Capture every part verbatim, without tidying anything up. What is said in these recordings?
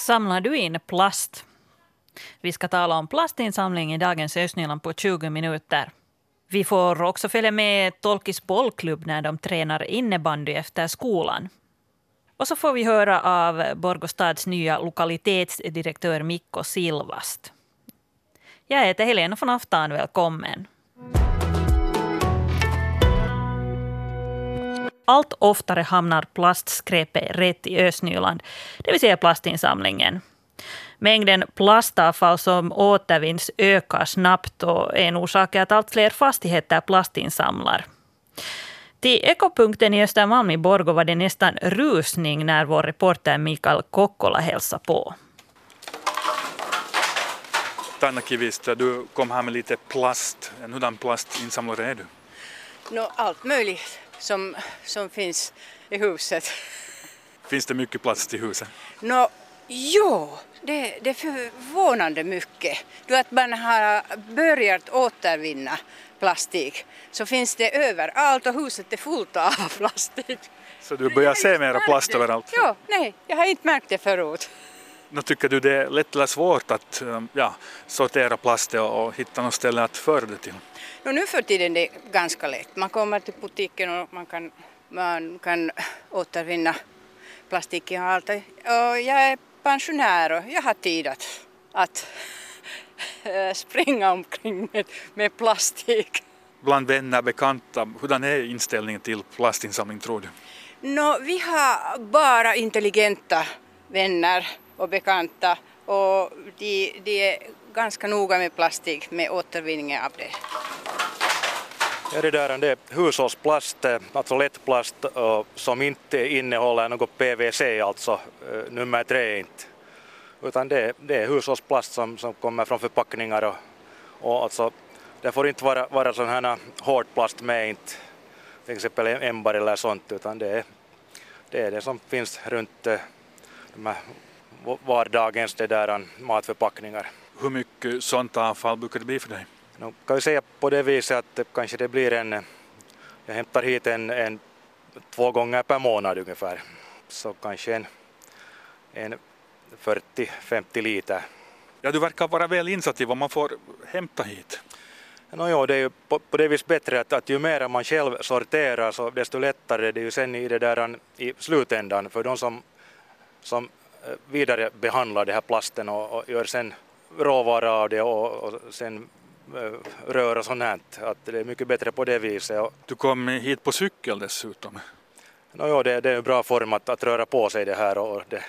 Samlar du in plast? Vi ska tala om plastinsamling i dagens Östnyland på tjugo minuter. Vi får också följa med Tolkis bollklubb när de tränar innebandy efter skolan. Och så får vi höra av Borgostads nya lokalitetsdirektör Mikko Silvast. Jag heter Helena von Aftan, välkommen. Allt oftare hamnar plastskräpet rätt i Östnyland, det vill säga plastinsamlingen. Mängden plastavfall som återvinns ökar snabbt och är en orsak att allt fler fastigheter plastinsamlar. Till Ekopunkten i Östermalm i Borgå var det nästan rusning när vår reporter Mikael Kokkola hälsade på. Tanna Kivistö, du kom här med lite plast. Hurdan plastinsamlare är du? No, allt möjligt som, som finns i huset. Finns det mycket plast i huset? No, jo, det, det är förvånande mycket. Du att man har börjat återvinna plastik så finns det överallt och huset är fullt av plastik. Så du börjar se mera plast överallt? Ja, nej, jag har inte märkt det förut. Nu tycker du det är lätt eller svårt att ja, sortera plast och hitta något ställe att föra det till? No, nu för tiden är det ganska lätt. Man kommer till butiken och man kan, man kan återvinna plastiken och allt. Och jag är pensionär och jag har tid att, att springa omkring med, med plastik. Bland vänner, bekanta, hurdan är inställningen till plastinsamling tror du? No, vi har bara intelligenta vänner och bekanta och de, de är ganska noga med plastik, med återvinningen av det. Ja, det där det är hushållsplast, alltså lättplast som inte innehåller något P V C, alltså nummer tre inte. Utan det, det är hushållsplast som, som kommer från förpackningar och, och alltså, det får inte vara, vara sån här hårdplast med, inte till exempel ämbar eller sånt, utan det är, det är det som finns runt de här vardagens det där matförpackningar. Hur mycket sånt avfall brukar det bli för dig? Nu kan vi säga på det viset att kanske det blir en, jag hämtar hit en, en två gånger per månad ungefär, så kanske en, en fyrtio till femtio liter. Ja, du verkar vara väl insatt i vad man får hämta hit. No, jo, det är ju på, på det viset bättre att, att ju mer man själv sorterar så desto lättare det är ju sen i det där i slutändan för de som, som vidare behandlar det här plasten och, och gör sen råvara av det och, och sen rör och sånt här. Att det är mycket bättre på det viset. Du kom hit på cykel dessutom. No, jo, det, det är en bra form att, att röra på sig det här. Och det,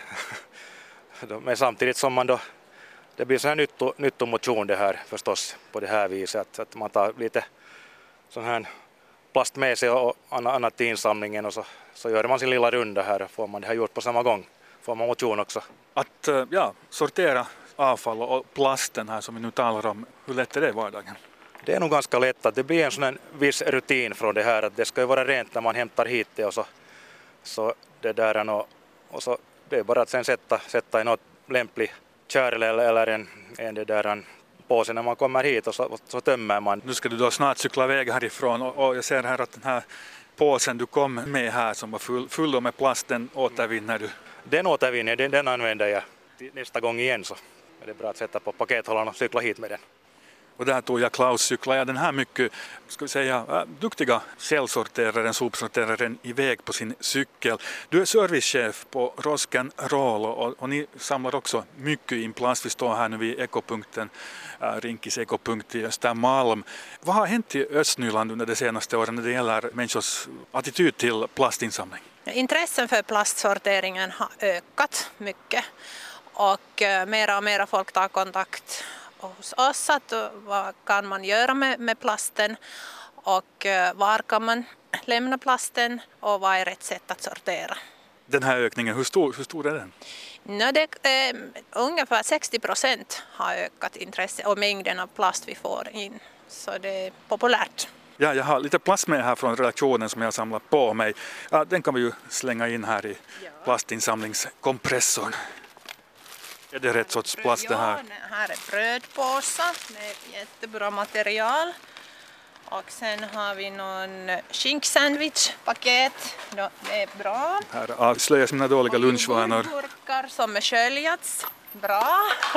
men samtidigt som man då, det blir sån här nytto, nyttomotion det här förstås på det här viset. Att, att man tar lite sån här plast med sig och annat till insamlingen och så, så gör man sin lilla runda här och får man det här gjort på samma gång. Får man motion också. Att ja, sortera avfall och plasten här som vi nu talar om, hur lätt är det i vardagen? Det är nog ganska lätt att det blir en sån en viss rutin från det här att det ska ju vara rent när man hämtar hit det och så, så det där och, och så det är bara att sen sätta, sätta i något lämpligt kärl eller, eller en, en det där en påse när man kommer hit och så, och så tömmer man. Nu ska du då snart cykla väg härifrån och, och jag ser här att den här påsen du kom med här som var full, full med plasten återvinner du. Den återvinner, den, den använder jag nästa gång igen så är det bra att sätta på pakethållaren och cykla hit med den. Och där tog jag Klaus cykla jag den här mycket, ska vi säga, äh, duktiga källsorteraren, sopsorteraren iväg på sin cykel. Du är servicechef på Rosken Roll och, och ni samlar också mycket in plast. Vi står här nu vid Ekopunkten, äh, Rinkis Ekopunkt i Östermalm. Vad har hänt i Östnyland under de senaste åren när det gäller människors attityd till plastinsamling? Intressen för plastsorteringen har ökat mycket och mera och mera folk tar kontakt hos oss att vad kan man göra med, med plasten och var kan man lämna plasten och vad är rätt sätt att sortera. Den här ökningen, hur stor, hur stor är den? No, det, eh, ungefär sextio procent har ökat intresse och mängden av plast vi får in, så det är populärt. Ja, jag har lite plast med här från redaktionen som jag har samlat på mig. Ja, den kan vi ju slänga in här i plastinsamlingskompressorn. Är det rätt sorts plast det här? Ja, här är brödpåsar med jättebra material. Och sen har vi någon skinksandwichpaket. Då, det är bra. Här avslöjas mina dåliga lunchvanor. Burkar som är sköljats. Bra.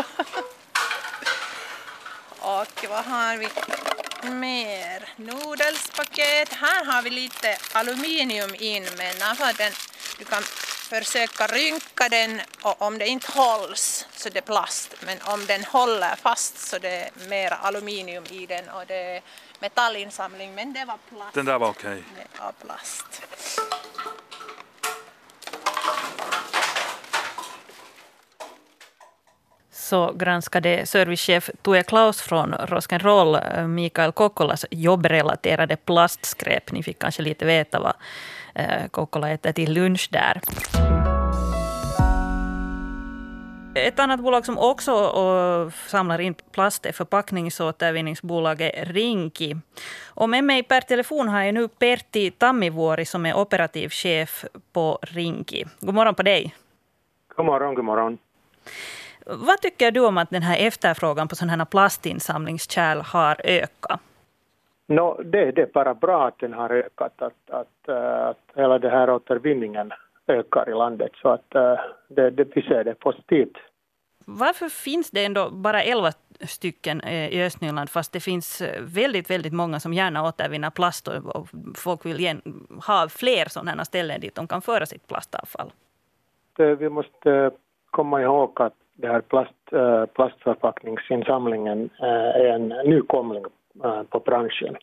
Och vad har vi mer? Nudelspaket. Här har vi lite aluminium in, men alltså den, du kan försöka rynka den, och om det inte hålls så det är plast. Men om den håller fast så det är mer aluminium i den, och det är metallinsamling, men det var plast. Den där var okej. Det var plast. Så granskade servicechef Tuija Klaus från Rock'n'Roll Mikael Kokkolas jobbrelaterade plastskräp. Ni fick kanske lite veta vad Kokkola äter till lunch där. Ett annat bolag som också och samlar in plast är förpackningsåtervinningsbolaget Rinki. Och med mig per telefon har jag nu Pertti Tammivuori som är operativ chef på Rinki. God morgon på dig. God morgon, god morgon. Vad tycker du om att den här efterfrågan på sådana här plastinsamlingskärl har ökat? No, det, det är bara bra att den har ökat, att, att, att hela den här återvinningen ökar i landet, så att det, det, vi ser det positivt. Varför finns det ändå bara elva stycken i Östnyland, fast det finns väldigt, väldigt många som gärna återvinner plast, och folk vill igen ha fler sådana ställen dit de kan föra sitt plastavfall? Vi måste komma ihåg att det här plast, plastförpackningsinsamlingen är en nykomling på branschen.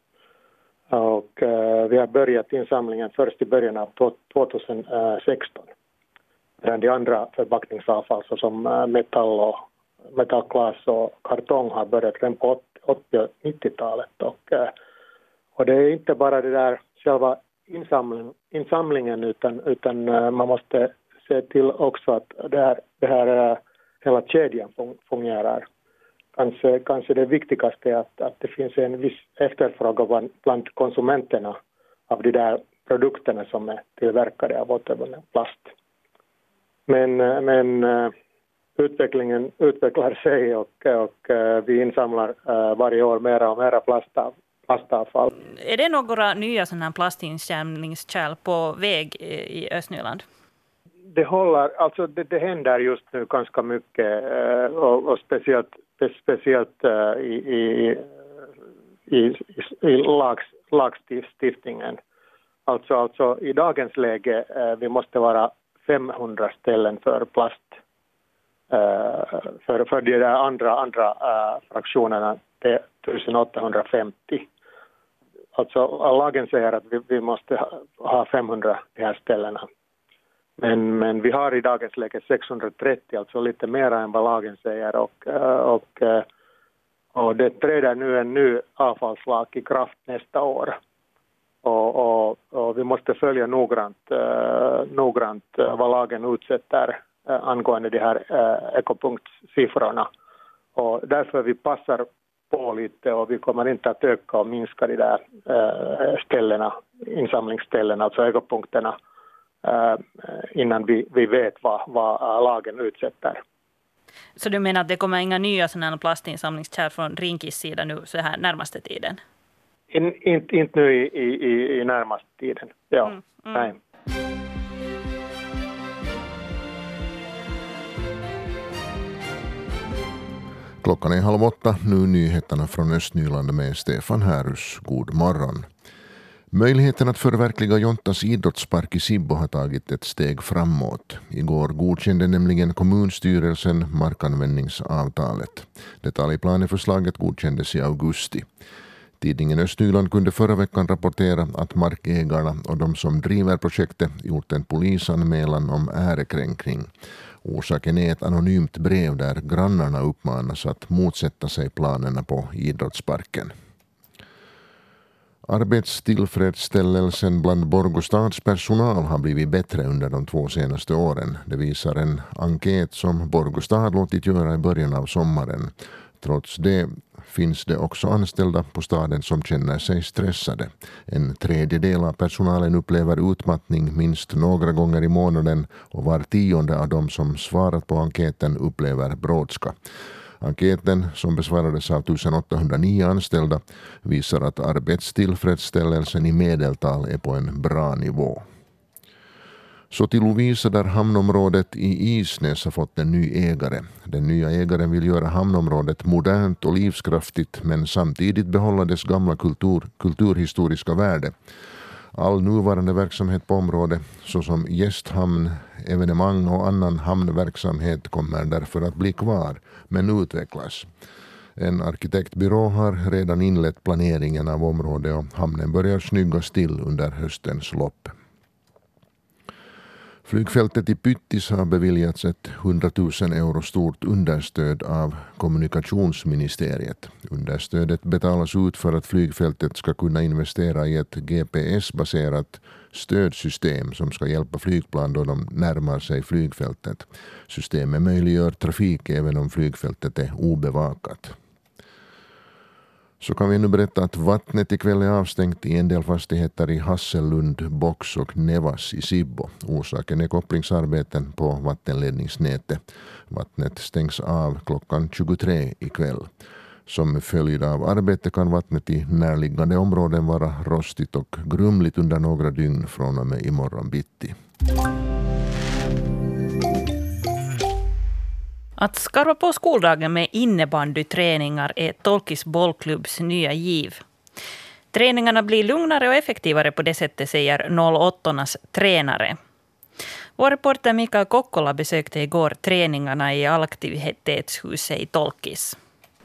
Och vi har börjat insamlingen först i början av tjugohundrasexton. Men de andra förpackningsavfall som metall och metallglas och kartong har börjat redan på åttio- och nittiotalet. Och, och det är inte bara det där själva insamling, insamlingen utan, utan man måste se till också att det här, det här hela kedjan fungerar. Kanske, kanske det viktigaste är att, att det finns en viss efterfrågan bland konsumenterna av de där produkterna som är tillverkade av återvunnen plast. Men, men utvecklingen utvecklar sig, och, och vi insamlar varje år mera och mera plastav, plastavfall. Är det några nya sådana här plastinsamlingskärl på väg i Östnyland? Det håller, alltså det, det händer just nu ganska mycket, och, och speciellt, speciellt i, i, i, i lags, lagstiftningen. Alltså, alltså i dagens läge vi måste vara femhundra ställen för plast, för, för de där andra, andra fraktionerna det är tusenåttahundrafemtio. Alltså lagen säger att vi, vi måste ha femhundra de här ställena. Men, men vi har i dagens läge sexhundratrettio, alltså lite mer än vad lagen säger, och, och, och det träder nu en ny avfallslag i kraft nästa år. Och, och, och vi måste följa noggrant, uh, noggrant uh, vad lagen utsätter uh, angående de här uh, ekopunktssiffrorna. Och därför vi passar på lite, och vi kommer inte att öka och minska de där uh, ställena, insamlingsställena, alltså ekopunkterna, uh, innan vi, vi vet vad, vad lagen utsätter. Så du menar att det kommer inga nya sådana plastinsamlingskärl från Rinkis sida nu så här närmaste tiden? In, inte, inte nu i, i, i närmaste tiden. Ja, mm, mm. Nej. Klockan är halv åtta, nu nyheterna från Östnyland med Stefan Härus. God morgon. Möjligheten att förverkliga Jontas idrottspark i Sibbo har tagit ett steg framåt. Igår godkände nämligen kommunstyrelsen markanvändningsavtalet. Detaljplaneförslaget godkändes i augusti. Tidningen Östnyland kunde förra veckan rapportera att markägarna och de som driver projektet gjort en polisanmälan om ärekränkning. Orsaken är ett anonymt brev där grannarna uppmanas att motsätta sig planerna på idrottsparken. Arbetstillfredsställelsen bland Borgostads personal har blivit bättre under de två senaste åren. Det visar en enkät som Borgostad låtit göra i början av sommaren. Trots det finns det också anställda på staden som känner sig stressade. En tredjedel av personalen upplever utmattning minst några gånger i månaden och var tionde av de som svarat på enkäten upplever brådska. Enkäten, som besvarades av tusenåttahundranio anställda, visar att arbetstillfredsställelsen i medeltal är på en bra nivå. Så till Lovisa där hamnområdet i Isnäs har fått en ny ägare. Den nya ägaren vill göra hamnområdet modernt och livskraftigt men samtidigt behålla dess gamla kultur, kulturhistoriska värde. All nuvarande verksamhet på området, såsom gästhamn, evenemang och annan hamnverksamhet, kommer därför att bli kvar, men utvecklas. En arkitektbyrå har redan inlett planeringen av området och hamnen börjar snyggas till under höstens lopp. Flygfältet i Pyttis har beviljats ett hundratusen euro stort understöd av kommunikationsministeriet. Understödet betalas ut för att flygfältet ska kunna investera i ett G P S-baserat stödsystem som ska hjälpa flygplan då de närmar sig flygfältet. Systemet möjliggör trafik även om flygfältet är obevakat. Så kan vi nu berätta att vattnet ikväll är avstängt i en del fastigheter i Hassellund, Box och Nevas i Sibbo. Orsaken är kopplingsarbeten på vattenledningsnätet. Vattnet stängs av klockan tjugotre ikväll. Som följd av arbetet kan vattnet i närliggande områden vara rostigt och grumligt under några dygn från och med imorgon bitti. Att skarva på skoldagen med innebandyträningar är Tolkis bollklubbs nya giv. Träningarna blir lugnare och effektivare på det sättet, säger noll åttornas tränare. Vår reporter Mikael Kokkola besökte igår träningarna i aktivitetshuset i Tolkis.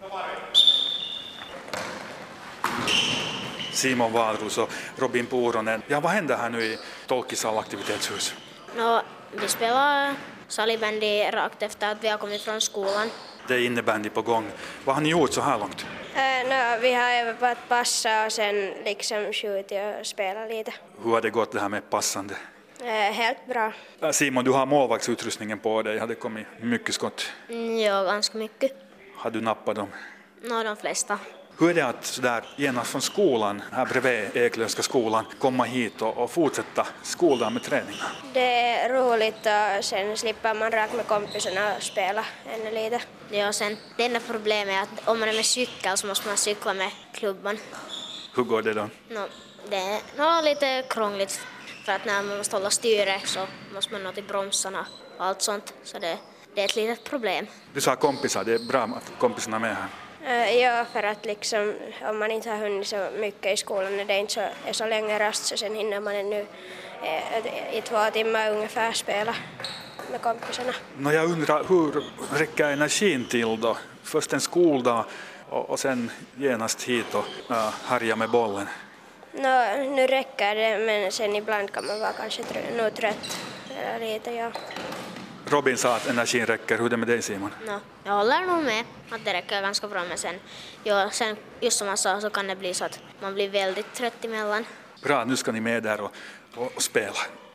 Simon Wahlroos och Robin Poronen. Ja, vad händer här nu i Tolkis aktivitetshus? No, vi spelar salibandy rakt efter att vi har kommit från skolan. Det är innebandy på gång. Vad har ni gjort så här långt? Uh, no, vi har övat på att passa och sen liksom skjutit och spela lite. Hur har det gått det här med passande? Uh, helt bra. Simon, du har målvaktsutrustningen på dig. Har det kommit mycket skott? Mm, ja, ganska mycket. Har du nappat dem? Nå, de flesta. Hur är det att sådär genast från skolan, här bredvid Eklöfska skolan, komma hit och, och fortsätta skoldagen med träningar? Det är roligt och sen slipper man rakt med kompisarna och spela ännu lite. Ja, och sen det enda problemet är att om man är med cykel så måste man cykla med klubban. Hur går det då? No, det är no, lite krångligt för att när man måste hålla styre så måste man nå till bromsarna och allt sånt. Så det, det är ett litet problem. Du sa kompisar, det är bra att kompisarna är med här. Ja, för att liksom, om man inte har hunnit så mycket i skolan när det inte så, är så länge rast så sen hinner man ännu eh, i två timmar ungefär spela med kompisarna. No, jag undrar, hur räcker energin till då? Först en skoldag och, och sen genast hit och äh, härja med bollen? No, nu räcker det, men sen ibland kan man vara kanske trö- nog trött eller lite, ja. Robin sa att energin räcker. Hur är det med dig, Simon? No, jag håller nog med att det räcker ganska bra, men sen, ja, sen just som man sa så kan det bli så att man blir väldigt trött emellan. Bra, nu ska ni med där och, och, och spela.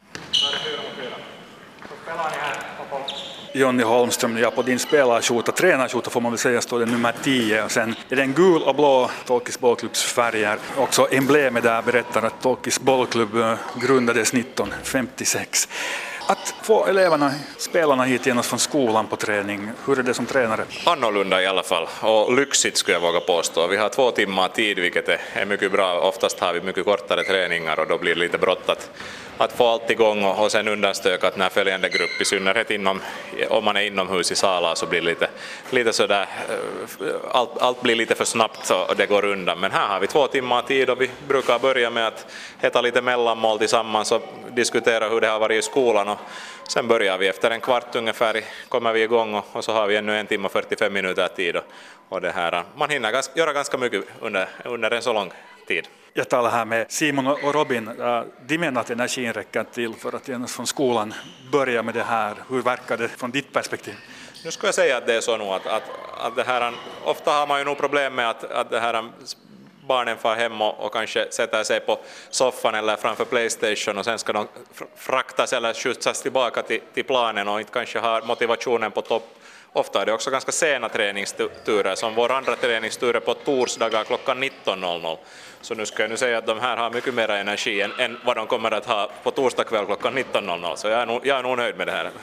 Jonny Holmström, ja, på din spelarskjorta, tränarskjorta får man väl säga, står det nummer tio och sen är det en gul och blå Tolkis bollklubbs färger. Också emblemet där berättar att Tolkis bollklubb grundades nitton femtiosex. Att få eleverna, spelarna hit genast från skolan på träning, hur är det som tränare? Annorlunda i alla fall, och lyxigt skulle jag våga påstå. Vi har två timmar tid, vilket är mycket bra. Oftast har vi mycket kortare träningar och då blir det lite brått att, att få allt igång och, och sen understökat när följande grupp, i synnerhet inom, om man är inomhus i Sala så blir det lite, lite sådär, allt, allt blir lite för snabbt och det går undan. Men här har vi två timmar tid och vi brukar börja med att äta lite mellanmål tillsammans och diskutera hur det har varit i skolan. Och sen börjar vi efter en kvart ungefär, kommer vi igång och, och så har vi ännu en timme och fyrtiofem minuter tid. Och, och det här, man hinner ganska, göra ganska mycket under, under en så lång tid. Jag talar här med Simon och Robin. De menar att energin räcker till för att genast från skolan börja med det här. Hur verkar det från ditt perspektiv? Nu skulle jag säga att det är så nog att, att, att det här, ofta har man ju nog problem med att, att det här barnen far hem och, och kanske sätter sig på soffan eller framför Playstation och sen ska de fraktas eller skjutsas tillbaka till, till planen och inte kanske har motivationen på topp. Ofta är det också ganska sena träningsturer, som vår andra träningstur är på torsdagar klockan nitton noll noll. Så nu ska jag nu säga att de här har mycket mer energi än, än vad de kommer att ha på torsdag kväll klockan nitton noll noll. Så jag är nog, jag är nog nöjd med det här.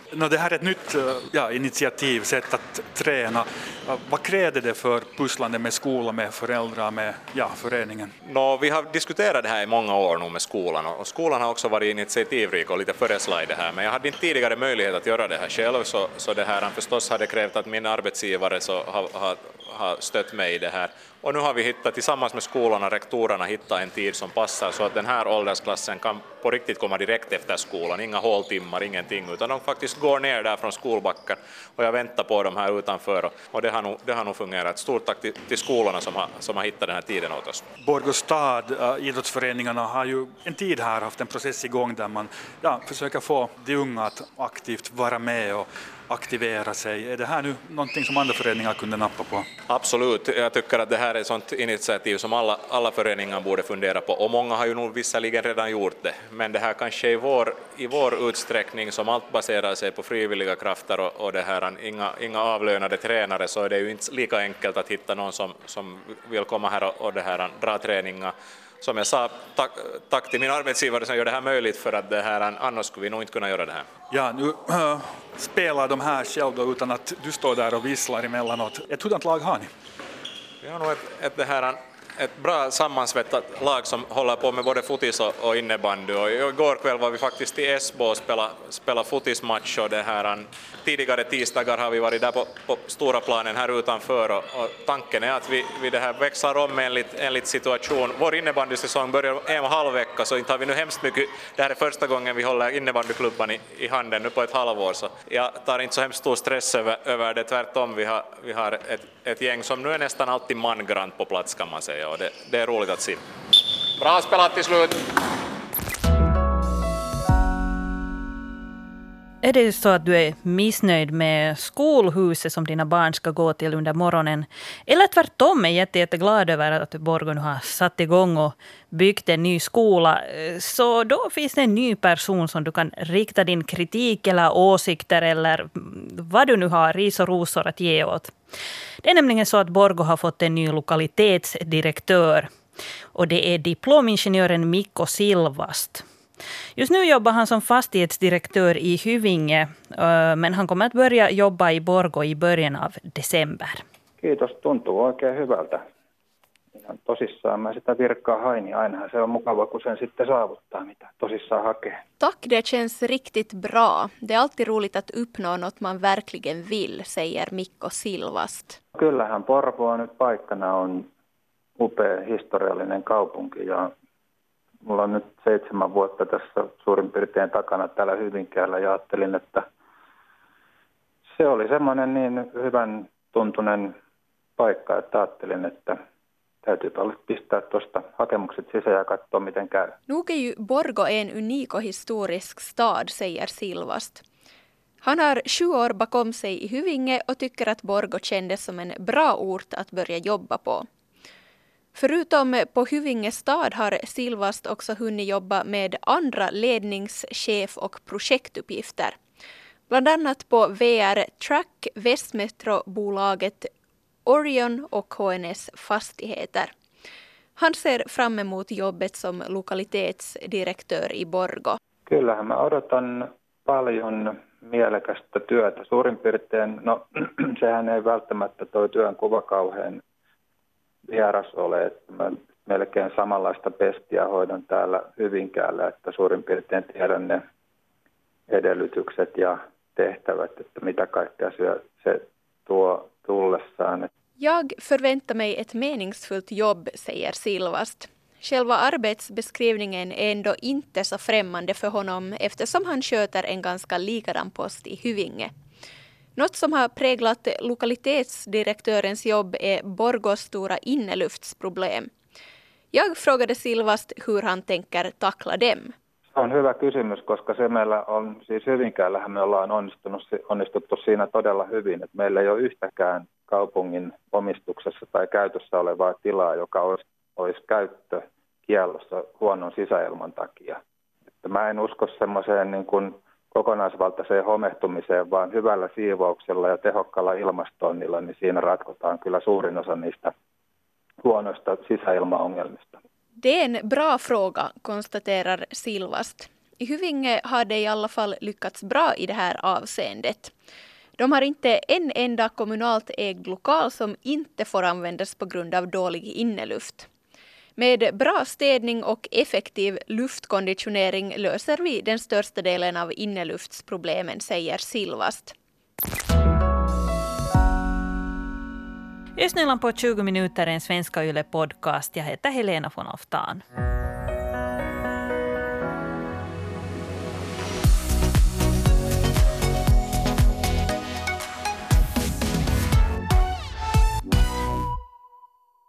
No, det här är ett nytt ja, initiativ, sätt att träna. Vad krävde det för pusslande med skola, med föräldrar, med ja, föreningen? No, vi har diskuterat det här i många år nu med skolan och skolan har också varit initiativrik och lite föreslagit det här, men jag hade inte tidigare möjlighet att göra det här själv, så, så det här förstås hade krävt att min arbetsgivare så har, har, har stött mig i det här. Och nu har vi hittat tillsammans med skolan och rektorerna hittat en tid som passar så att den här åldersklassen kan på riktigt komma direkt efter skolan, inga håltimmar, ingenting, utan de faktiskt går ner där från skolbacken och jag väntar på dem här utanför och det har nog, det har nog fungerat. Stort tack till, till skolorna som har, som har hittat den här tiden åt oss. Borgå stad, äh, idrottsföreningarna har ju en tid här haft en process igång där man ja, försöker få de unga att aktivt vara med och aktivera sig. Är det här nu någonting som andra föreningar kunde nappa på? Absolut, jag tycker att det här är ett sådant initiativ som alla, alla föreningar borde fundera på och många har ju nog visserligen redan gjort det, men det här kanske i vår, i vår utsträckning som allt baserar sig på frivilliga krafter och, och det här, inga, inga avlönade tränare, så är det ju inte lika enkelt att hitta någon som, som vill komma här och, och det här, dra träningar. Som jag sa, tack, tack till min arbetsgivare som gör det här möjligt, för att det här, annars skulle vi nog inte kunna göra det här. Ja, nu äh, spelar de här själv då, utan att du står där och visslar emellanåt. Ett hurdant lag har ni? Vi har nog ett, ett, det här, ett bra sammansvettat lag som håller på med både fotis och, och innebandy. Och igår kväll var vi faktiskt i Esbo och spela, spela fotismatch. Och det här, tidigare tisdagar har vi varit där på, på stora planen här utanför. Och, och tanken är att vi, vi det här växlar om enligt, enligt situation. Vår innebandysäsong börjar en och en halv vecka, så inte har vi nu hemskt mycket. Det här är första gången vi håller innebandyklubban i, i handen nu på ett halvår. Så jag tar inte så hemskt stor stress över, över det. Tvärtom, vi har, vi har ett, ett gäng som nu är nästan alltid mangrant på plats, kan man säga. Och det, det är roligt att se. Bra spelat till slut! Är det så att du är missnöjd med skolhuset som dina barn ska gå till under morgonen? Eller tvärtom är jätte, jätteglad över att Borgå nu har satt igång och byggt en ny skola. Så då finns det en ny person som du kan rikta din kritik eller åsikter eller vad du nu har, ris och rosor att ge åt. Det är nämligen så att Borgå har fått en ny lokalitetsdirektör. Och det är diplomingenjören Mikko Silvast. Just nu jobbar han som fastighetsdirektör i Hyvinge, men han kommer att börja jobba i Borgå i början av december. Kiitos, tuntuu oikein hyvältä. Ihan tosissaan mä sitä virkkaa hain, niin ainahan se on mukava, kun sen sitten saavuttaa, mitä tosissaan hakee. Tack, det känns riktigt bra. Det är alltid roligt att uppnå något man verkligen vill, säger Mikko Silvast. Kyllähän Porvoo nyt paikkana on upea historiallinen kaupunki ja mulla on nyt seitsemän vuotta tässä suurin piirtein takana täällä Hyvinkäällä ja ajattelin, että se oli semmoinen niin hyvän tuntunen paikka, että ajattelin, että täytyypä olla pistää tuosta hakemukset sisään ja katsoa miten käy. Nog är ju Borgå en unik och historisk stad, säger Silvast. Han har sju år bakom sig i Hyvinge och tycker att Borgå kändes som en bra ort att börja jobba på. Förutom på Hyvinge stad har Silvast också hunnit jobba med andra ledningschef- och projektuppgifter. Bland annat på V R Track, Västmetro-bolaget Orion och K N S Fastigheter. Han ser fram emot jobbet som lokalitetsdirektör i Borgå. Kyllähän mä odotan paljon mielekästä työtä. Suurin piirtein, no sehän ei välttämättä toi työn kuva kauhean vieras ole, että mä melkein samanlaista pestiä hoidan täällä Hyvinkäällä, että suurin piirtein tiedän ne edellytykset ja tehtävät, että mitä kaikkea se tuo tullessaan. Jag förväntar mig ett meningsfullt jobb, säger Silvast. Själva arbetsbeskrivningen är ändå inte så främmande för honom eftersom han sköter en ganska likadan post i Hyvinge. Något som har präglat lokalitetsdirektörens jobb är Borgås stora inneluftsproblem. Jag frågade Silvast hur han tänker tackla dem. Se on hyvä kysymys, koska se meillä on, siis Hyvinkäällähän me ollaan onnistunut, onnistuttu siinä todella hyvin, että meillä ei ole yhtäkään kaupungin omistuksessa tai käytössä olevaa tilaa, joka olisi, olisi käyttökiellossa huonon sisäilman takia. Että mä en usko semmoiseen niin kuin kokonaisvaltaiseen homehtumiseen, vaan hyvällä siivouksella ja tehokkaalla ilmastoinnilla, niin siinä ratkotaan kyllä suurin osa niistä huonoista sisäilmaongelmista. Det är en bra fråga, konstaterar Silvast. I Hyvinge har det i alla fall lyckats bra i det här avseendet. De har inte en enda kommunalt ägd lokal som inte får användas på grund av dålig inneluft. Med bra städning och effektiv luftkonditionering löser vi den största delen av inneluftsproblemen, säger Silvast. Östnyland på tjugo minuter, en svenska Yle podcast. Jag heter Helena von Oftan.